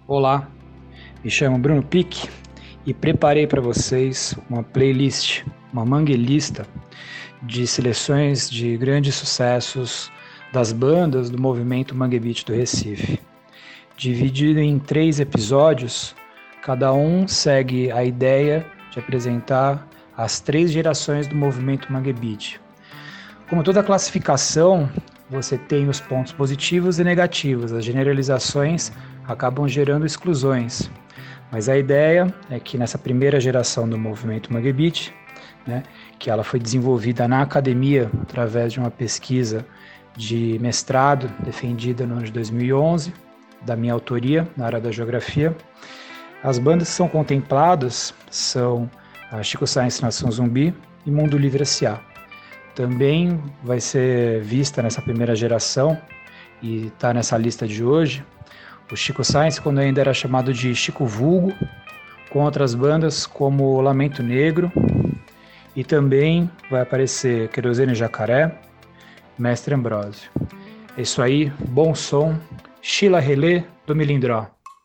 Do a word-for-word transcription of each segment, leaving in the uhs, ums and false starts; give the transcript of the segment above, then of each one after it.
Olá, me chamo Bruno Pique e preparei para vocês uma playlist, uma manguelista de seleções de grandes sucessos das bandas do movimento Mangue Beat do Recife. Dividido em três episódios, cada um segue a ideia de apresentar as três gerações do movimento Mangue Beat. Como toda classificação, você tem os pontos positivos e negativos, as generalizações acabam gerando exclusões. Mas a ideia é que nessa primeira geração do movimento Mangue Beat, né, que ela foi desenvolvida na academia através de uma pesquisa de mestrado defendida no ano de dois mil e onze, da minha autoria, na área da geografia. As bandas que são contempladas são a Chico Science Nação Zumbi e Mundo Livre S A. Também vai ser vista nessa primeira geração e está nessa lista de hoje o Chico Science, quando ainda era chamado de Chico Vulgo, com outras bandas como Lamento Negro, e também vai aparecer Querosene Jacaré, Mestre Ambrósio. É isso aí, bom som, Sheila Relê do Milindró.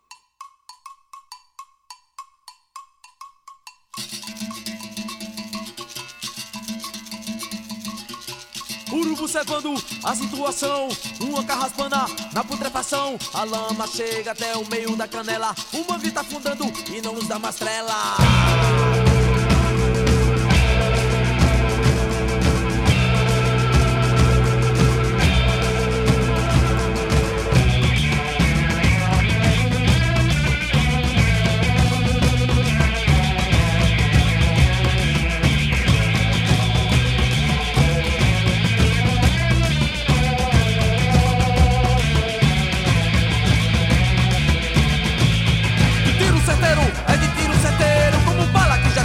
Urubu cevando a situação, uma carraspana na putrefação. A lama chega até o meio da canela, o mangue tá afundando e não nos dá mais trela. É de tiro certeiro, como bala que já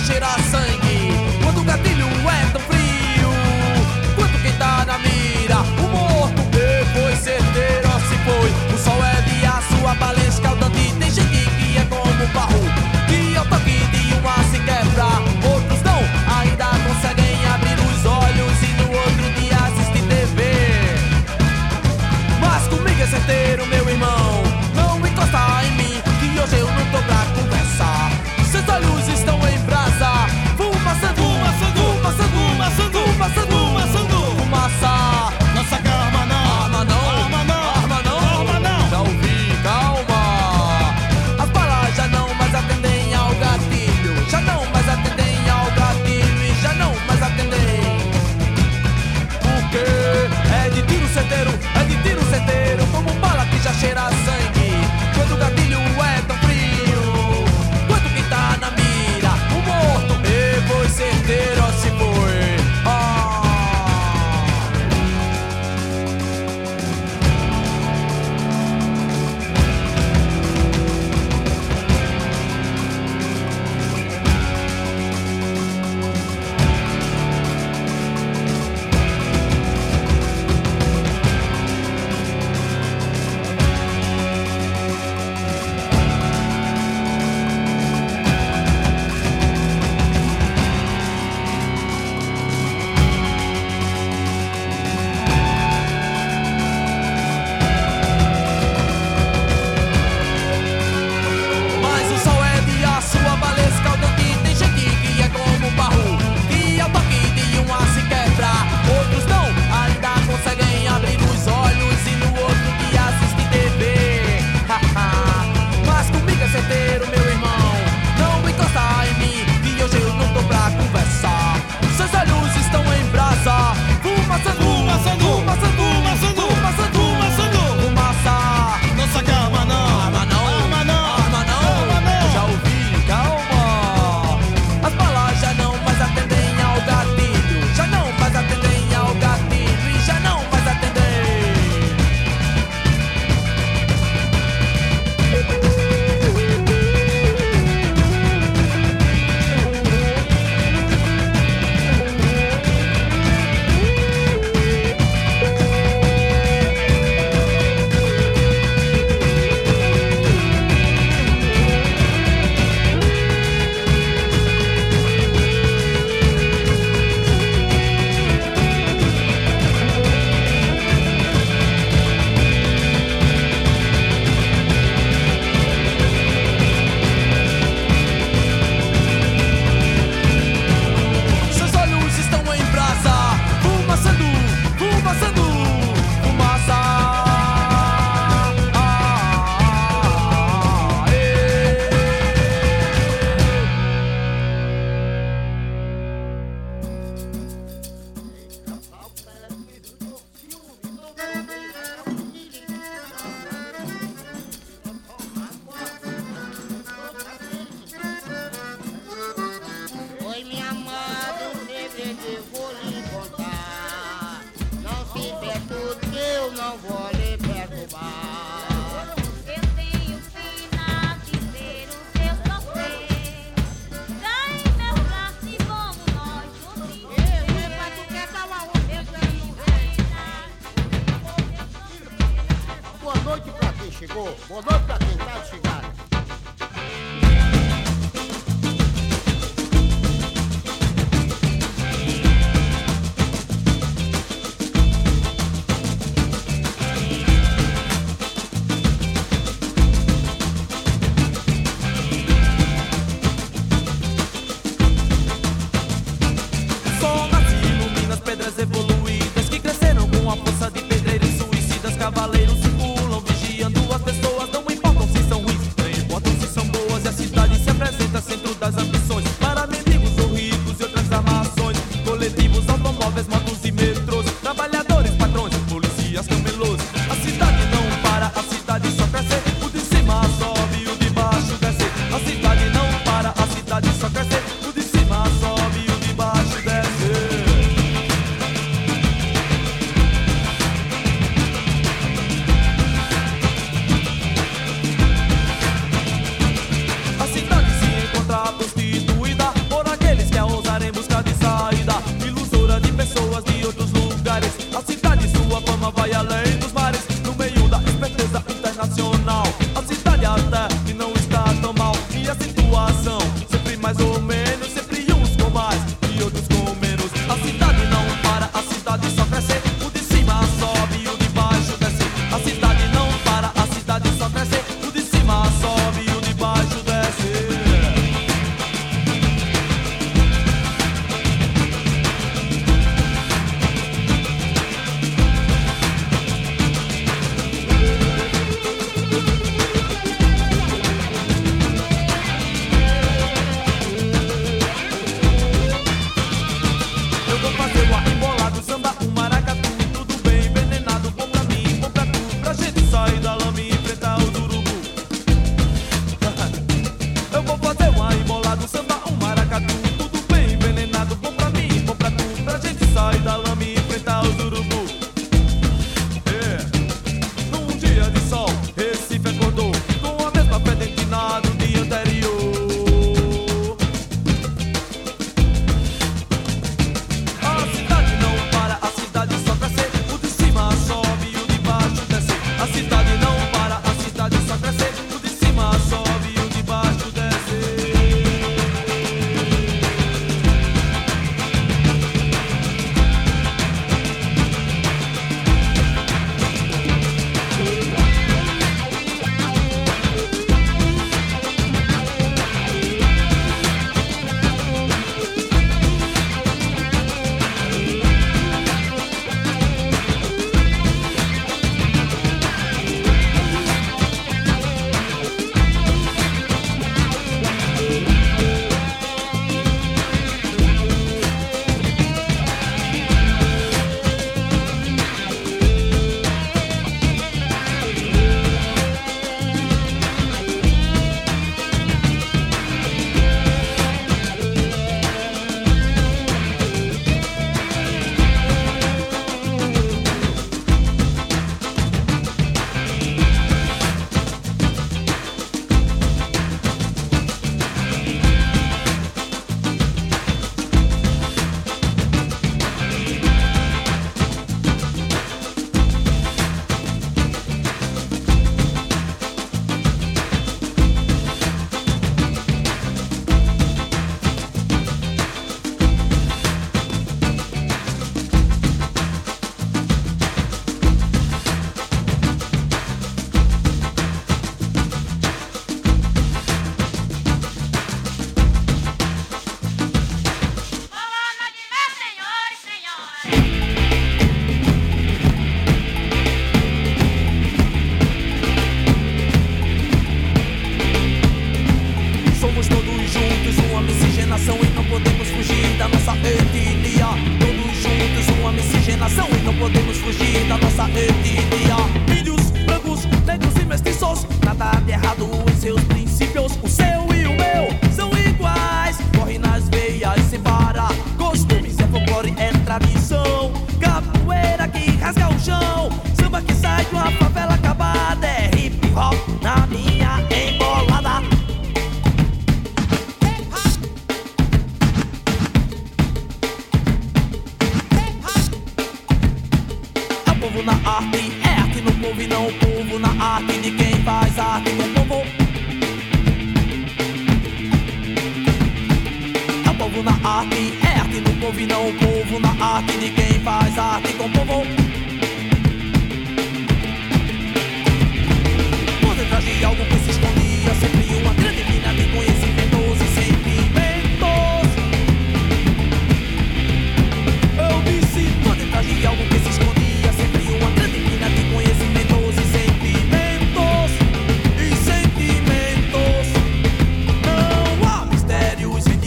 cima sobe e o de baixo desce.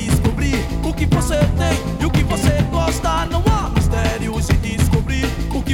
O que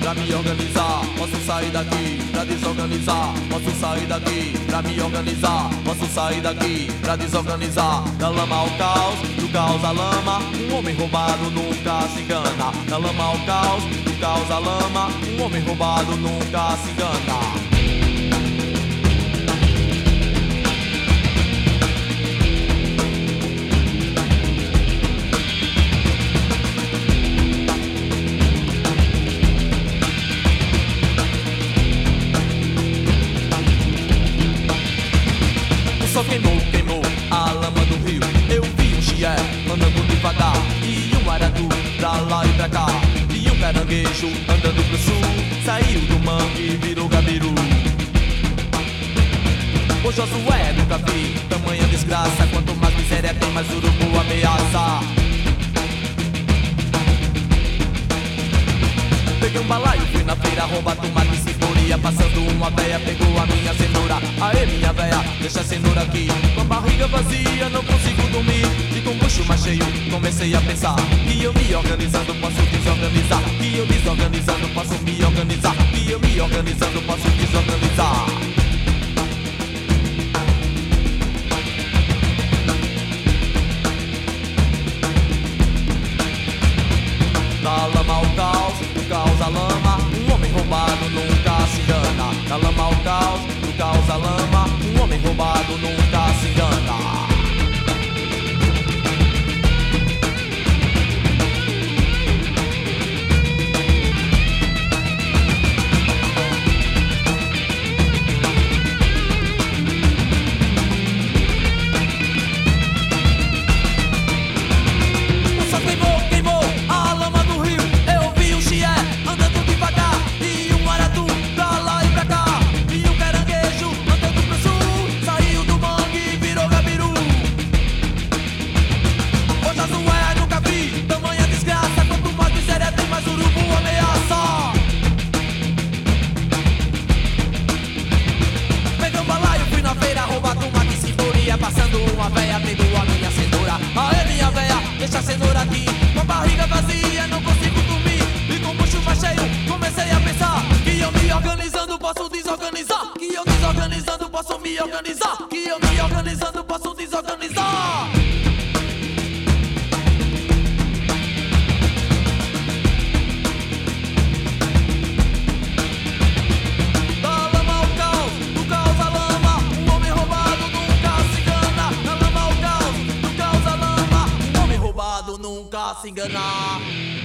pra me organizar. Posso sair daqui pra desorganizar. Posso sair daqui pra me organizar. Posso sair daqui pra desorganizar. Da lama ao caos, do caos à lama. Um homem roubado nunca se engana. Da lama ao caos, do caos à lama. Um homem roubado nunca se engana. Só queimou, queimou a lama do rio. Eu vi um chié andando devagar e um aratu pra lá e pra cá. E um caranguejo andando pro sul. Saiu do mangue e virou gabiru. Ô Josué, nunca vi tamanha desgraça. Quanto mais miséria tem, mais urubu ameaça. Peguei um balaio, fui na feira roubar tomate e cebola. Passando uma véia, pegou a minha cenoura. Aê minha véia, deixa a cenoura aqui. Com a barriga vazia, não consigo dormir. E com o bucho mais cheio, comecei a pensar que eu me organizando posso desorganizar. Que eu desorganizando posso me organizar. Que eu me organizando posso desorganizar. Da lama ao caos, do caos à lama. Um homem roubado nunca se engana. Da lama ao caos, do caos à lama. Um homem roubado nunca se engana. Passando uma véia, pegou a minha cenoura. Aê minha véia, deixa a cenoura aqui. Com a barriga vazia, não consigo dormir. E com o bucho mais cheio, comecei a pensar que eu me organizando posso desorganizar. Que eu desorganizando posso me organizar. Que eu me organizando posso desorganizar. Nunca se enganar.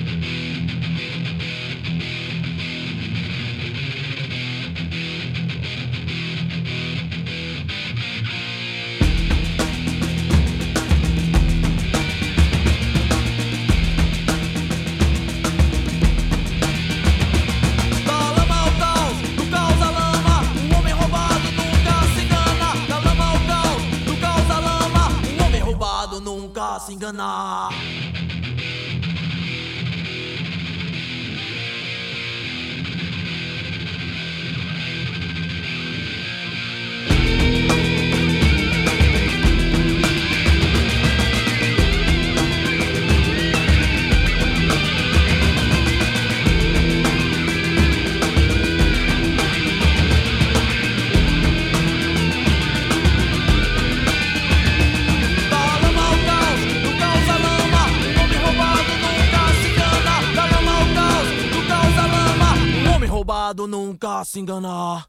Da lama ao caos, do caos à lama. Um homem roubado nunca se engana. Da lama ao caos, do caos à lama. Um homem roubado nunca se enganar. Nunca se enganar.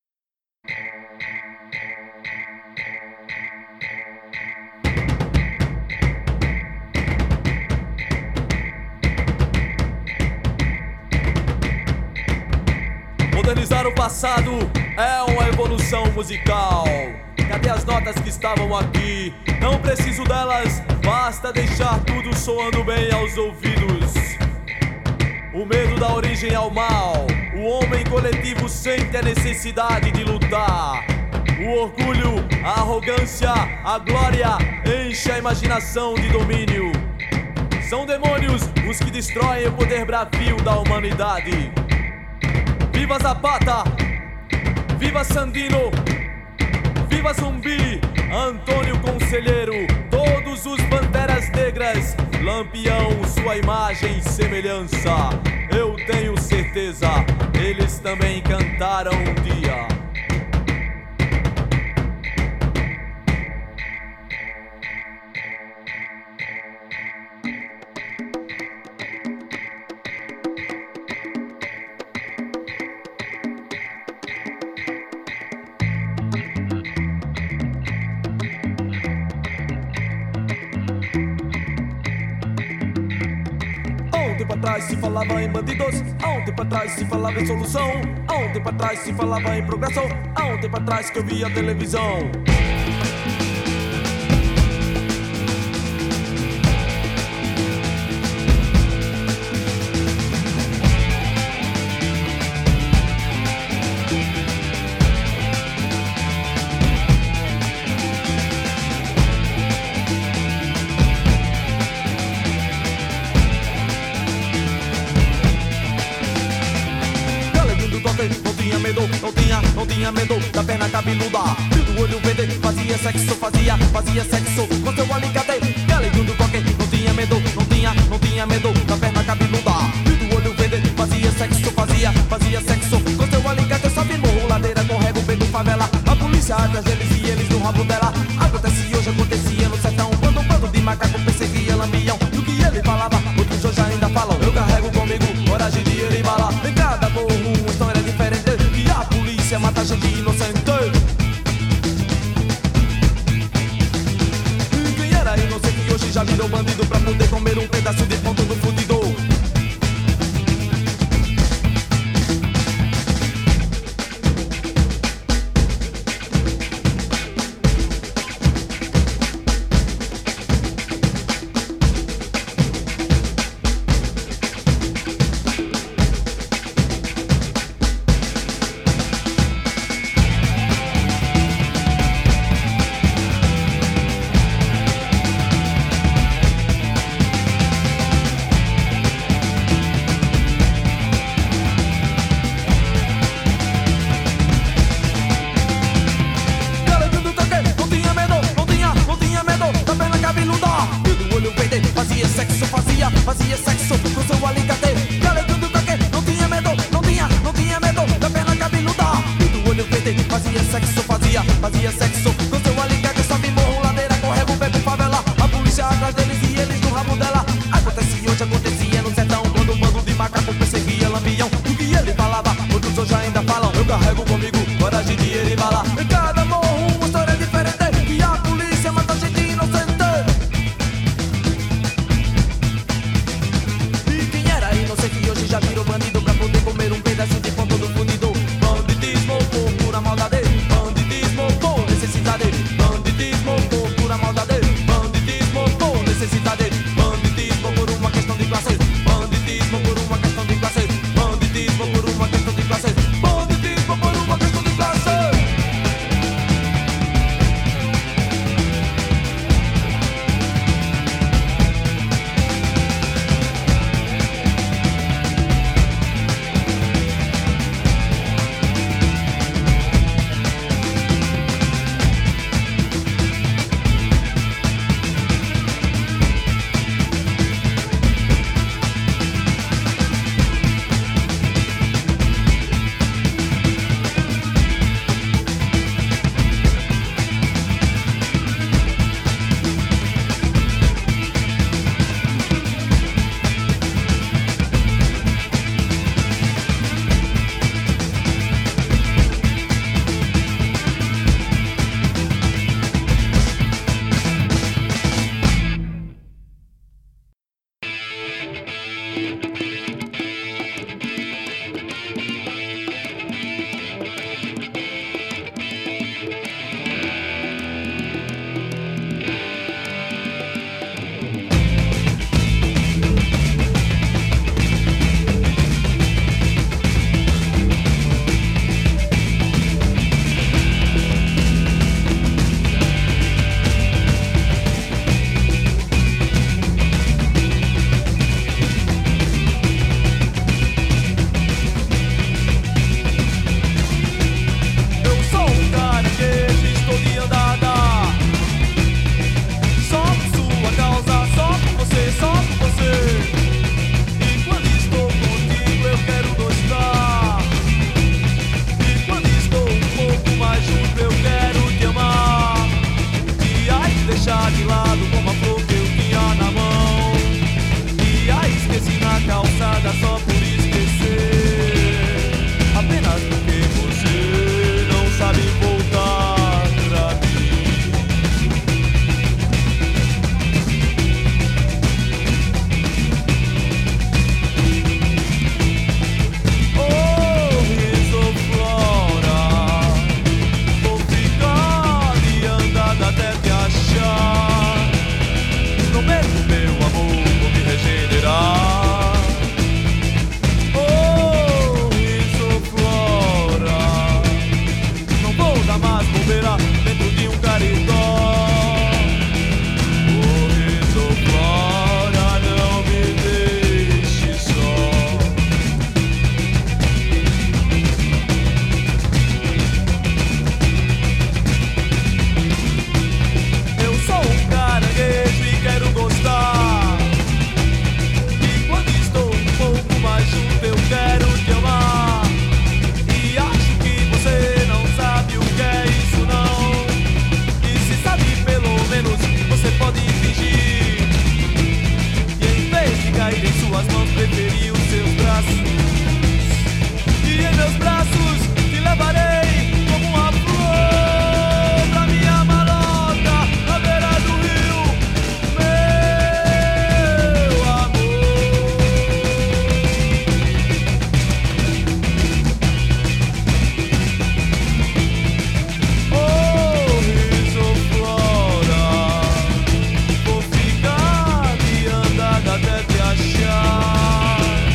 Modernizar o passado é uma evolução musical. Cadê as notas que estavam aqui? Não preciso delas, basta deixar tudo soando bem aos ouvidos. O medo dá origem ao mal. O homem coletivo sente a necessidade de lutar. O orgulho, a arrogância, a glória enche a imaginação de domínio. São demônios os que destroem o poder bravio da humanidade. Viva Zapata! Viva Sandino! Viva Zumbi! Antônio Conselheiro! Todos os banderas negras! Lampião, sua imagem e semelhança, eu tenho certeza. certeza eles também cantaram um dia. Há um tempo atrás se falava em bandidos, há um tempo atrás se falava em solução, há um tempo atrás se falava em progressão, há um tempo atrás que eu via televisão. Não tinha medo, não tinha, não tinha medo da perna cabeluda. Do olho verde, fazia sexo, fazia, fazia sexo com seu alicate. Galinho do coque, não tinha medo, não tinha, não tinha medo da perna cabeluda. Do olho verde, fazia sexo, fazia, fazia sexo com seu alicate. Sobe morro, ladeira, corrego, pego favela. A polícia atrás deles e eles no rabo dela. Acontece hoje, acontecia no sertão. Quando um bando de macaco perseguia lampião. E o que ele falava, outros hoje ainda falam. Eu carrego comigo coragem de ir e bala. Em cada morro, uma história diferente. Que a polícia mata gente inocente. E quem era inocente hoje já virou bandido pra poder comer um pedaço de ponto do fudidor. Fazia sexo, fazia, fazia sexo com seu alicate. Galegão do coque, não tinha medo, não tinha, não tinha medo da perna cabeluda. Do olho verde, fazia sexo, fazia, fazia sexo com seu alicate. Sobe morro, ladeira, corrego, bebe favela. A polícia atrás deles e eles no rabo dela. Acontece hoje, acontecia no sertão. Quando um bando de macaco perseguia lampião. O que ele falava, outros hoje ainda falam. Eu carrego comigo coragem de ir e bala. Em cada morro, uma história diferente. Que a polícia mata gente inocente. Já virou bandido pra poder comer um pedaço de pão todo fundido. Banditismo por pura maldade. Banditismo por necessidade. Banditismo por pura maldade. Banditismo por necessidade. Banditismo por uma questão de classe. Banditismo por uma questão de classe. Banditismo por uma questão de classe. Banditismo por uma questão de classe. tuas mãos preferi os seus braços, e em meus braços te levarei como uma flor pra minha malota à beira do rio, meu amor. Oh, risoflora, vou ficar de andar até te achar.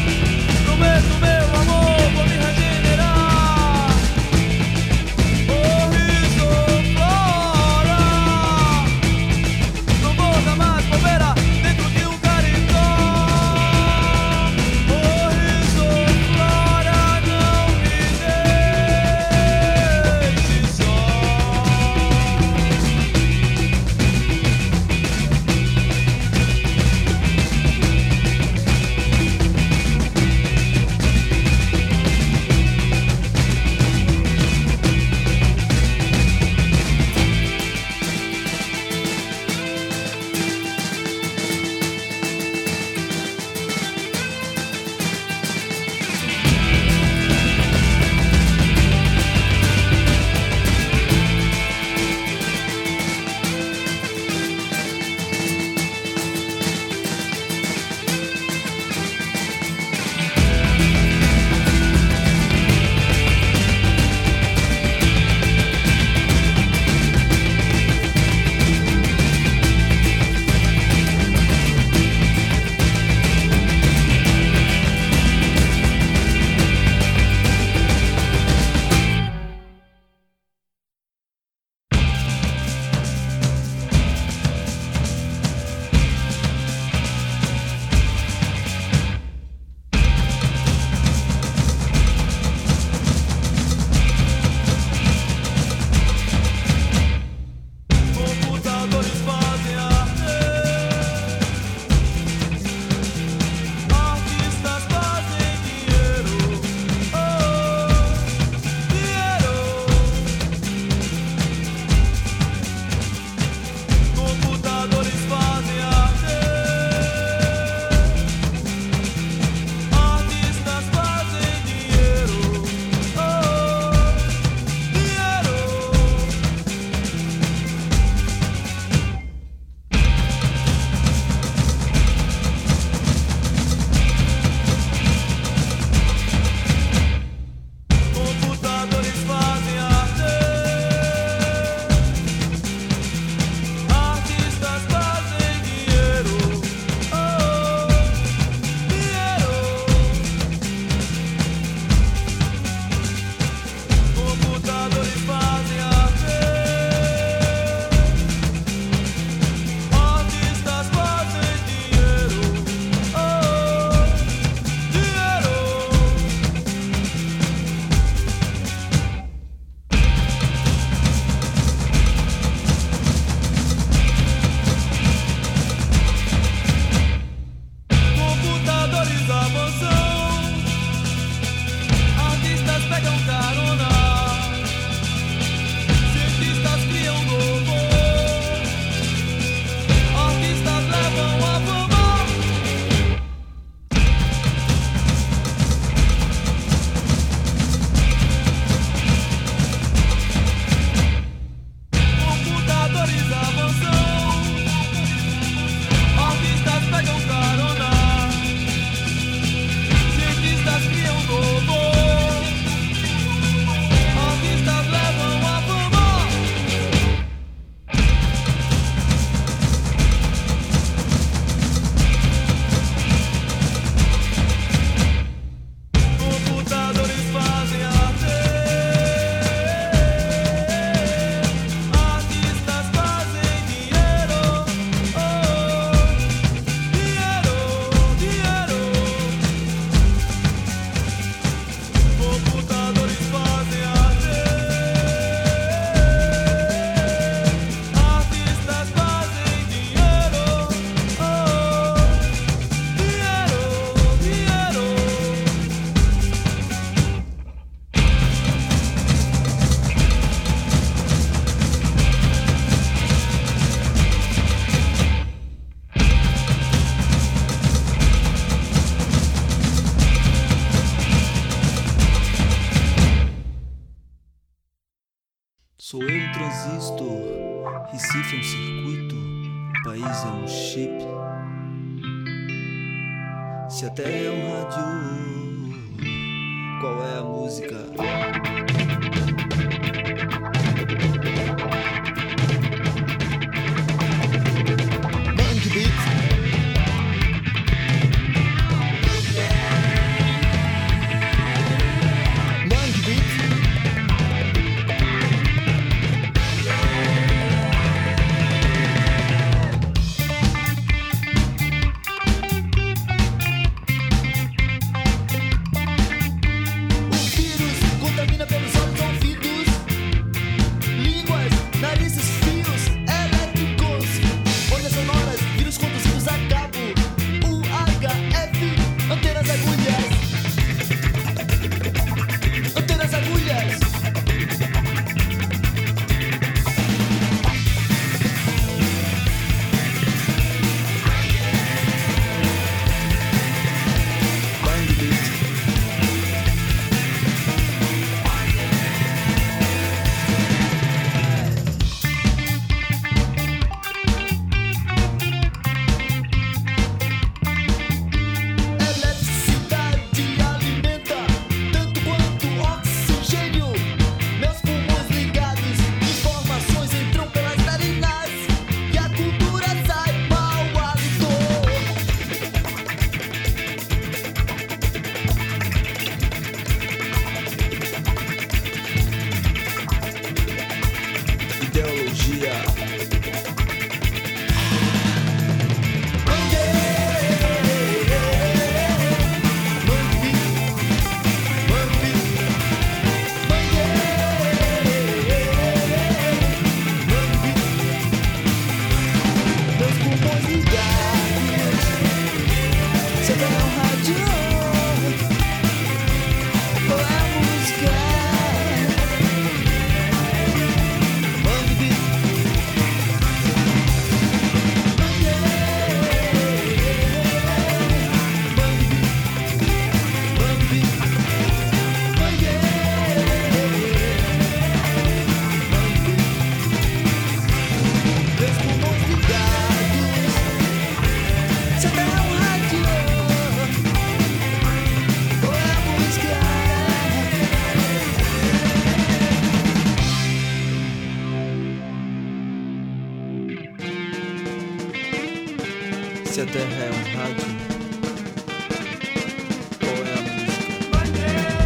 Recife é um circuito, o país é um chip. Se a terra é um rádio, qual é a música? Mangue Beat. Mangue Beat. Se a terra é um rádio, qual é a música?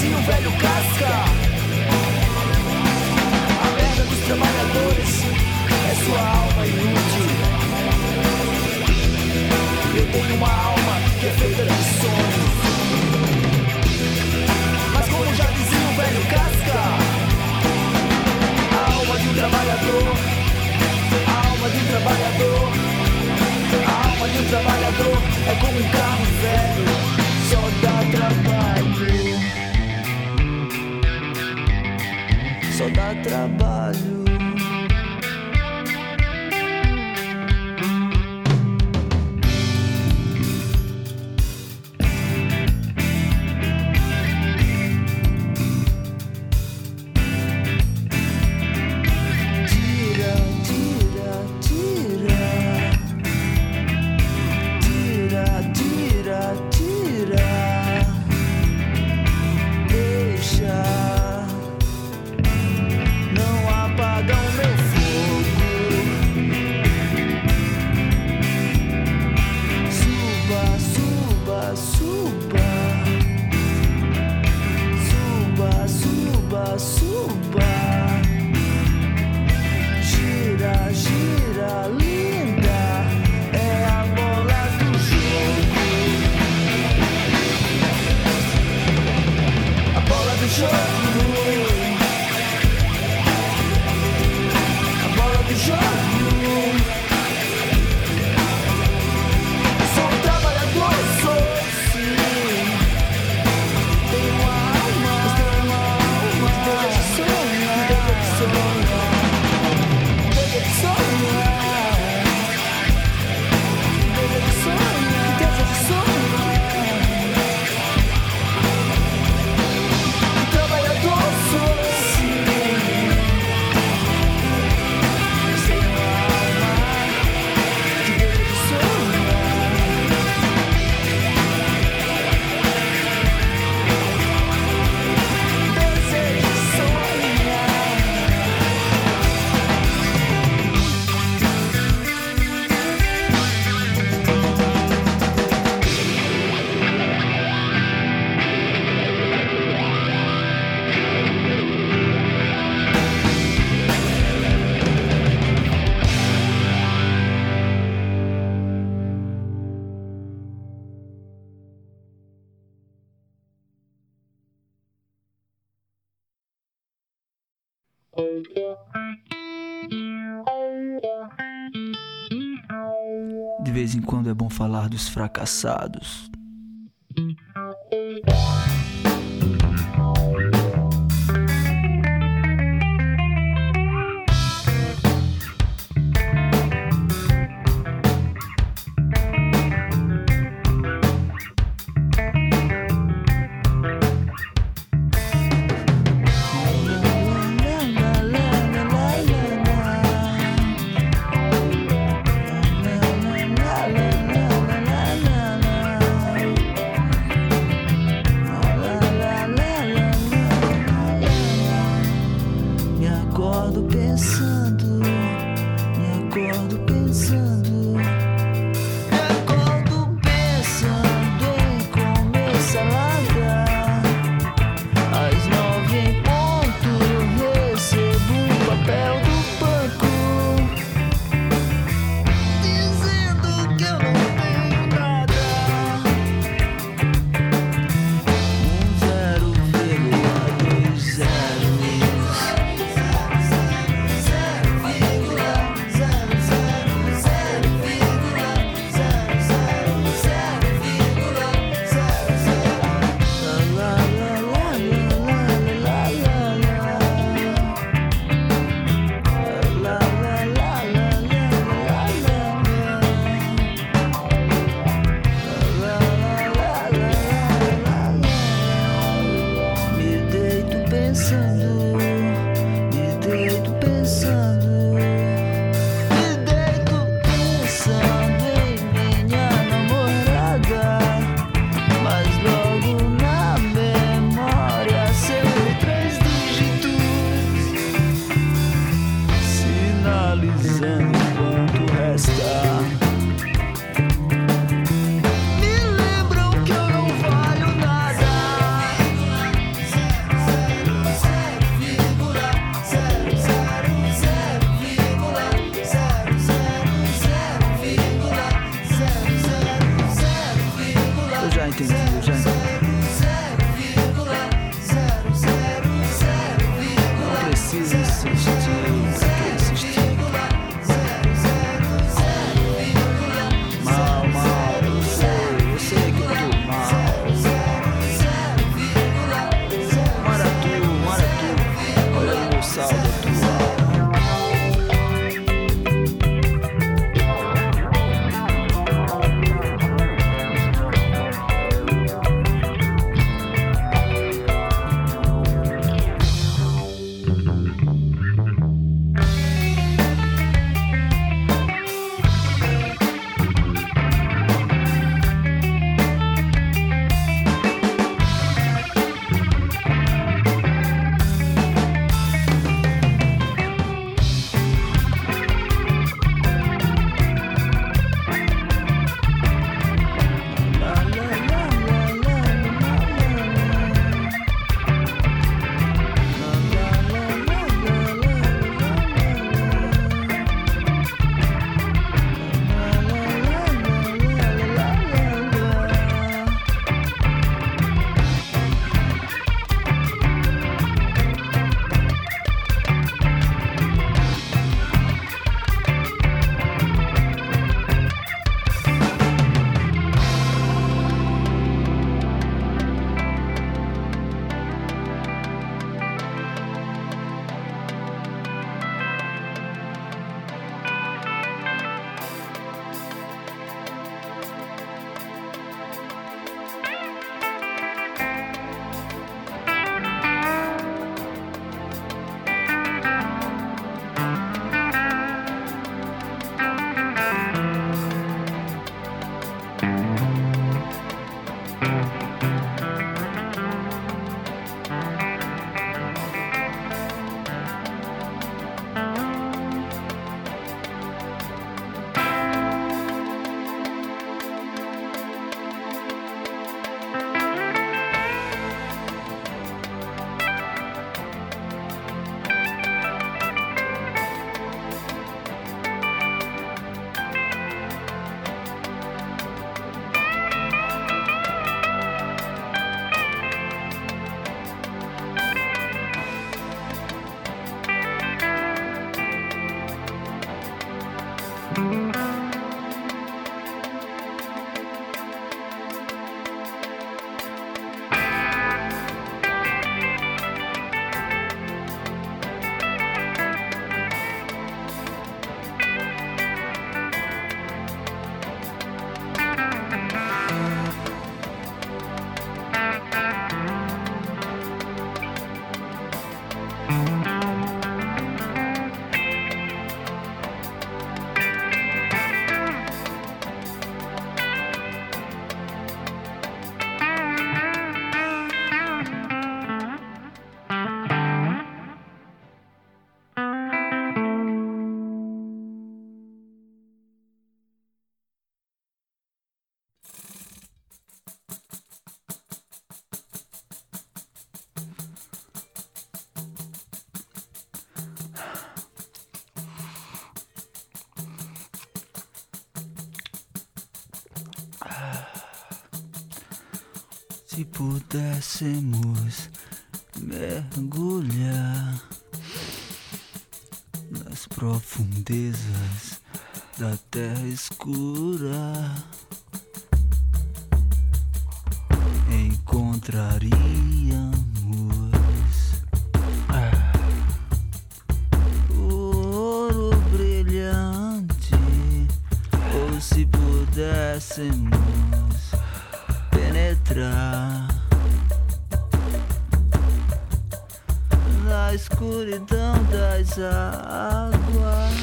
dizia o velho Casca, a merda dos trabalhadores é sua alma inútil. Eu tenho uma alma que é feita de sonhos, mas como já dizia o velho Casca, a alma de um trabalhador, a alma de um trabalhador, a alma de um trabalhador é como um carro velho, só dá trabalho, só dá trabalho. De vez em quando é bom falar dos fracassados. La la la la la la la. Se pudéssemos mergulhar nas profundezas da terra escura, encontraríamos ah, o ouro brilhante. Ou se pudéssemos penetrar na escuridão das águas,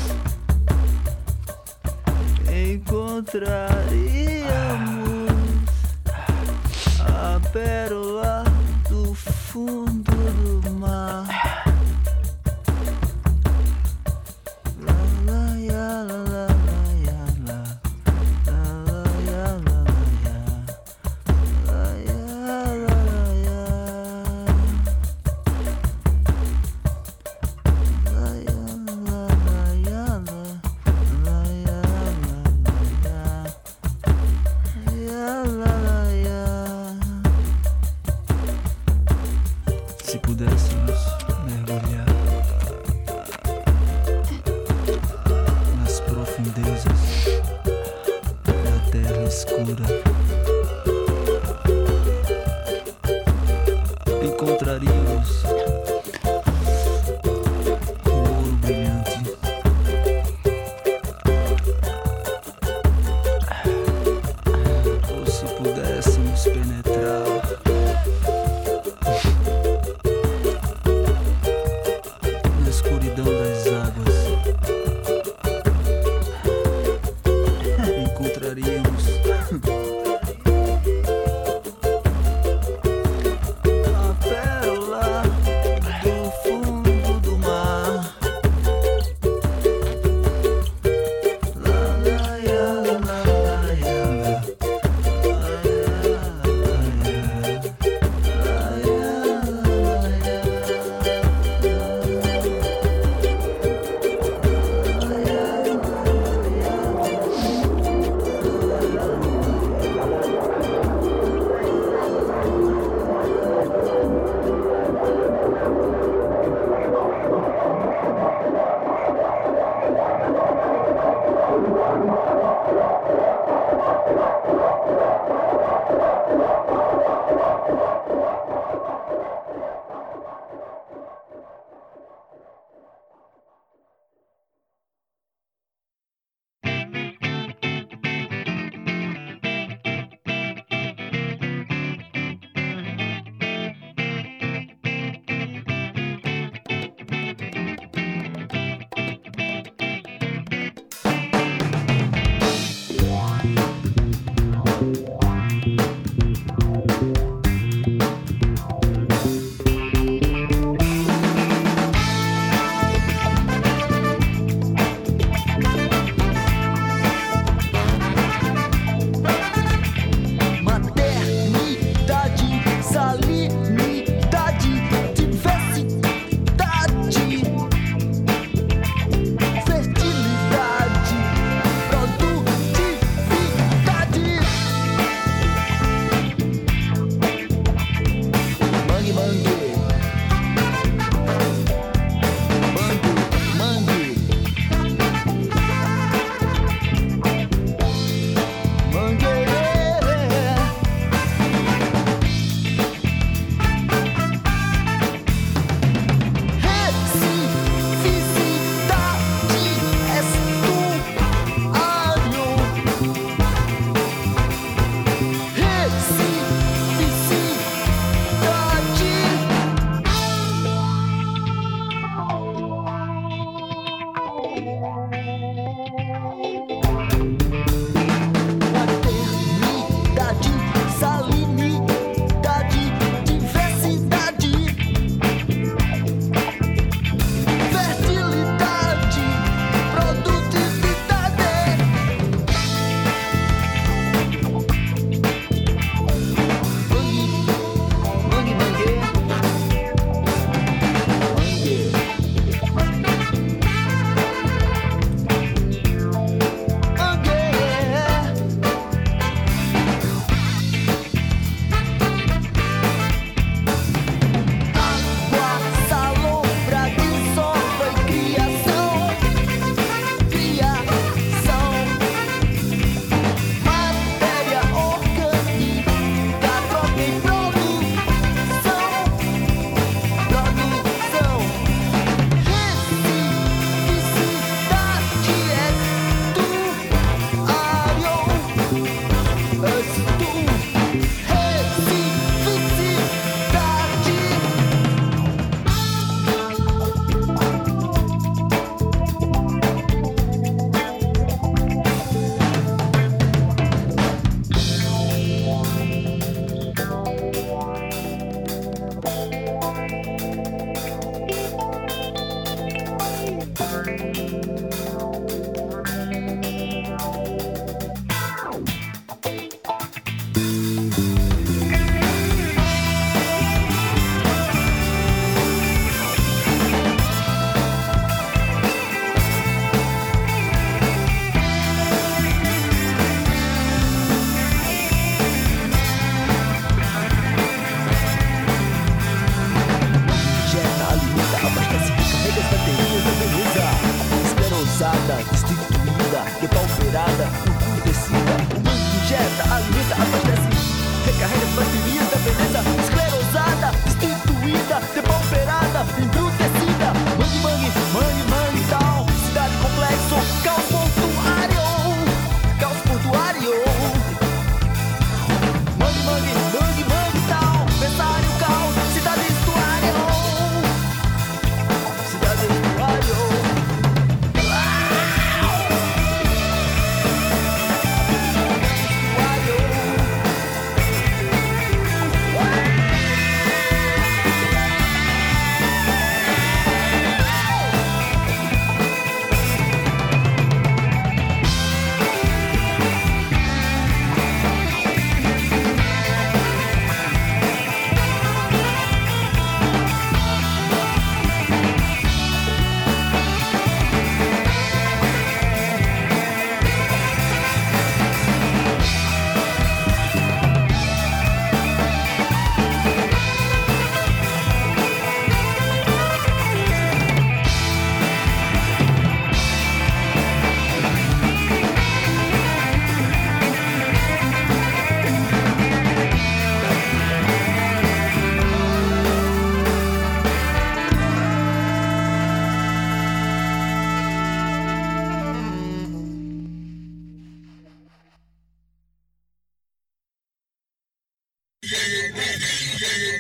encontraríamos a pérola do fundo do mar. La la ya, la la la ya, la la la ya, la la ya, la ya, la la ya, la ya, la la ya, la la ya, la la ya. Se pudéssemos mergulhar nas profundezas da terra escura, encontraríamos o ouro brilhante. Ou se pudéssemos penetrar na escuridão das águas, encontraríamos a pérola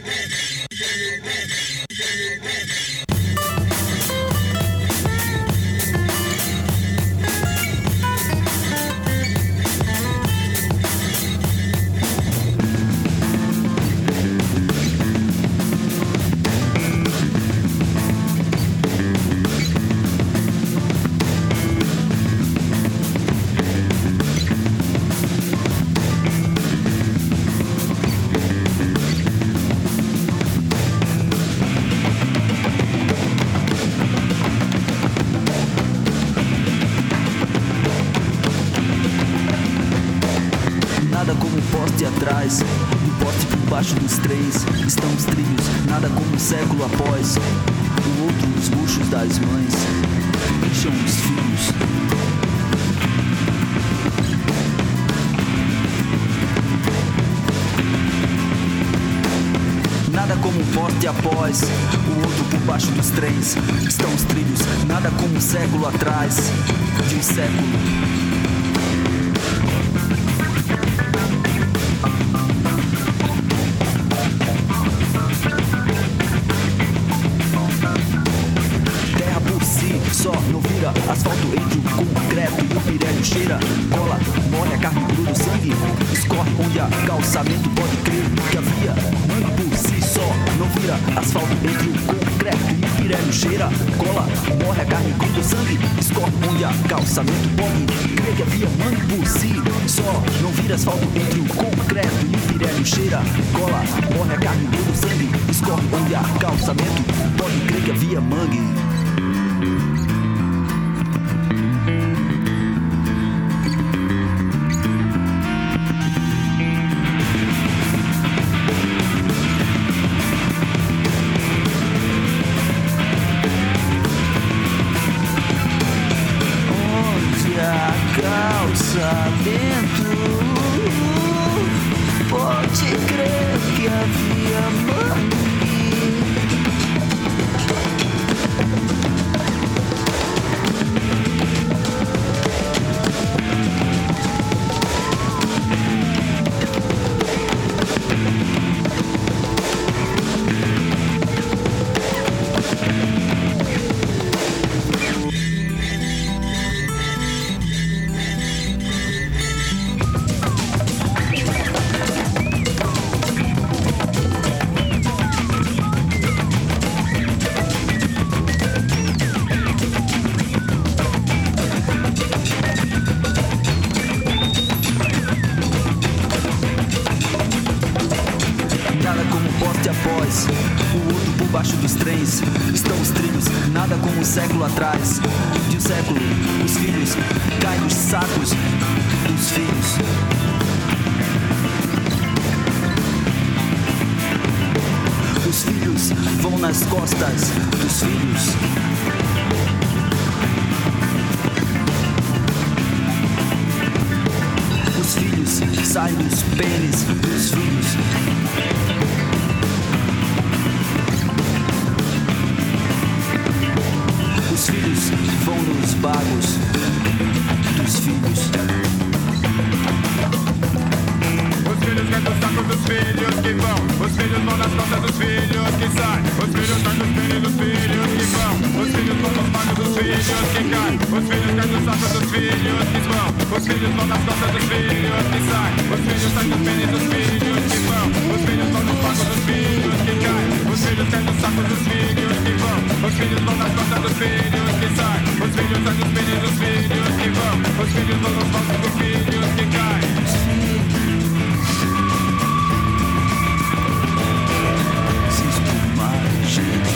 Nada como um poste atrás, um poste por baixo dos trens. Estão os trilhos, nada como um século após. O outro, os buchos das mães, deixam os filhos. Nada como um poste após, o outro por baixo dos trens. Estão os trilhos, nada como um século atrás, de um século. Só não vira asfalto entre o concreto e o pirelho cheira, cola, molha, carne gruda, o sangue escorre onde há calçamento. Pode crer que a via mãe por si só não vira asfalto entre o concreto e o pirelho cheira, cola, molha, carne gruda, o sangue escorre onde há calçamento. Pode crer que a via mãe por si só não vira asfalto entre o concreto e o pirelho cheira, cola, molha, carne gruda, o sangue escorre onde há calçamento. Pode crer que a via mangue. Dentro, pode crer que havia mangue. O outro por baixo dos trens. Estão os trilhos, nada como um século atrás. De um século, os filhos caem nos sacos dos filhos. Os filhos vão nas costas dos filhos. Os filhos saem dos pênis dos filhos. Os filhos vão nos bagos dos filhos. Os filhos caem dos sacos dos filhos que vão. Os filhos vão nas costas dos filhos que saem. Os filhos caem dos pênis dos filhos que vão. Os filhos vão nos bagos dos filhos que caem. Os filhos caem dos sacos dos filhos que vão. Os filhos vão nas costas dos filhos que saem. Os filhos saem dos pênis dos filhos que vão. Os filhos vão nos bagos dos filhos que caem. Os filhos caem dos sacos dos filhos que vão. Os filhos vão nas costas dos filhos que saem. Os filhos saem dos pênis dos filhos que vão. Os filhos vão nos bagos dos filhos que caem. Se espumar, gente.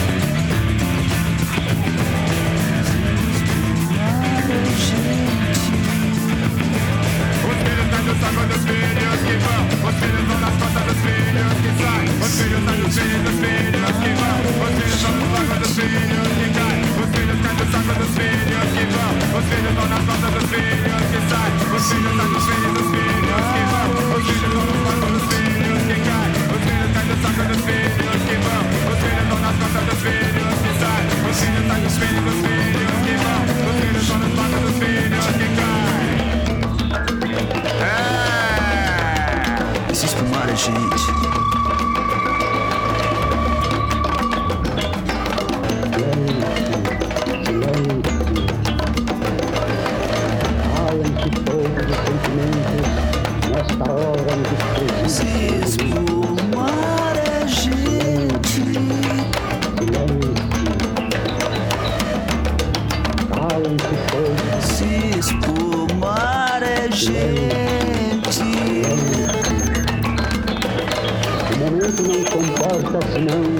Os filhos caem dos sacos dos filhos que vão. Os filhos vão nas costas dos filhos que saem. Os filhos saem dos pênis dos filhos que vão. Os filhos vão nos bagos dos filhos que caem. Os filhos caem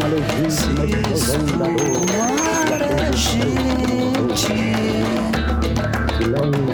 Se escoar a gente